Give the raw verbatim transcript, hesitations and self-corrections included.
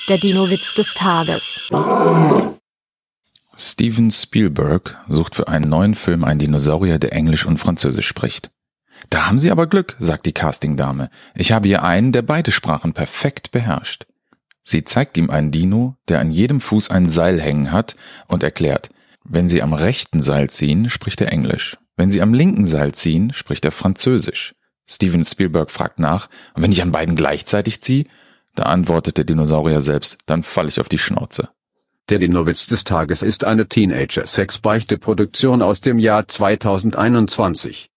Der Dino-Witz des Tages. Steven Spielberg sucht für einen neuen Film einen Dinosaurier, der Englisch und Französisch spricht. Da haben Sie aber Glück, sagt die Castingdame. Ich habe hier einen, der beide Sprachen perfekt beherrscht. Sie zeigt ihm einen Dino, der an jedem Fuß ein Seil hängen hat und erklärt, wenn Sie am rechten Seil ziehen, spricht er Englisch. Wenn Sie am linken Seil ziehen, spricht er Französisch. Steven Spielberg fragt nach, und wenn ich an beiden gleichzeitig ziehe? Da antwortet der Dinosaurier selbst, dann falle ich auf die Schnauze. Der Dino-Witz des Tages ist eine Teenager-Sex-Beichte-Produktion aus dem Jahr zweitausendeinundzwanzig.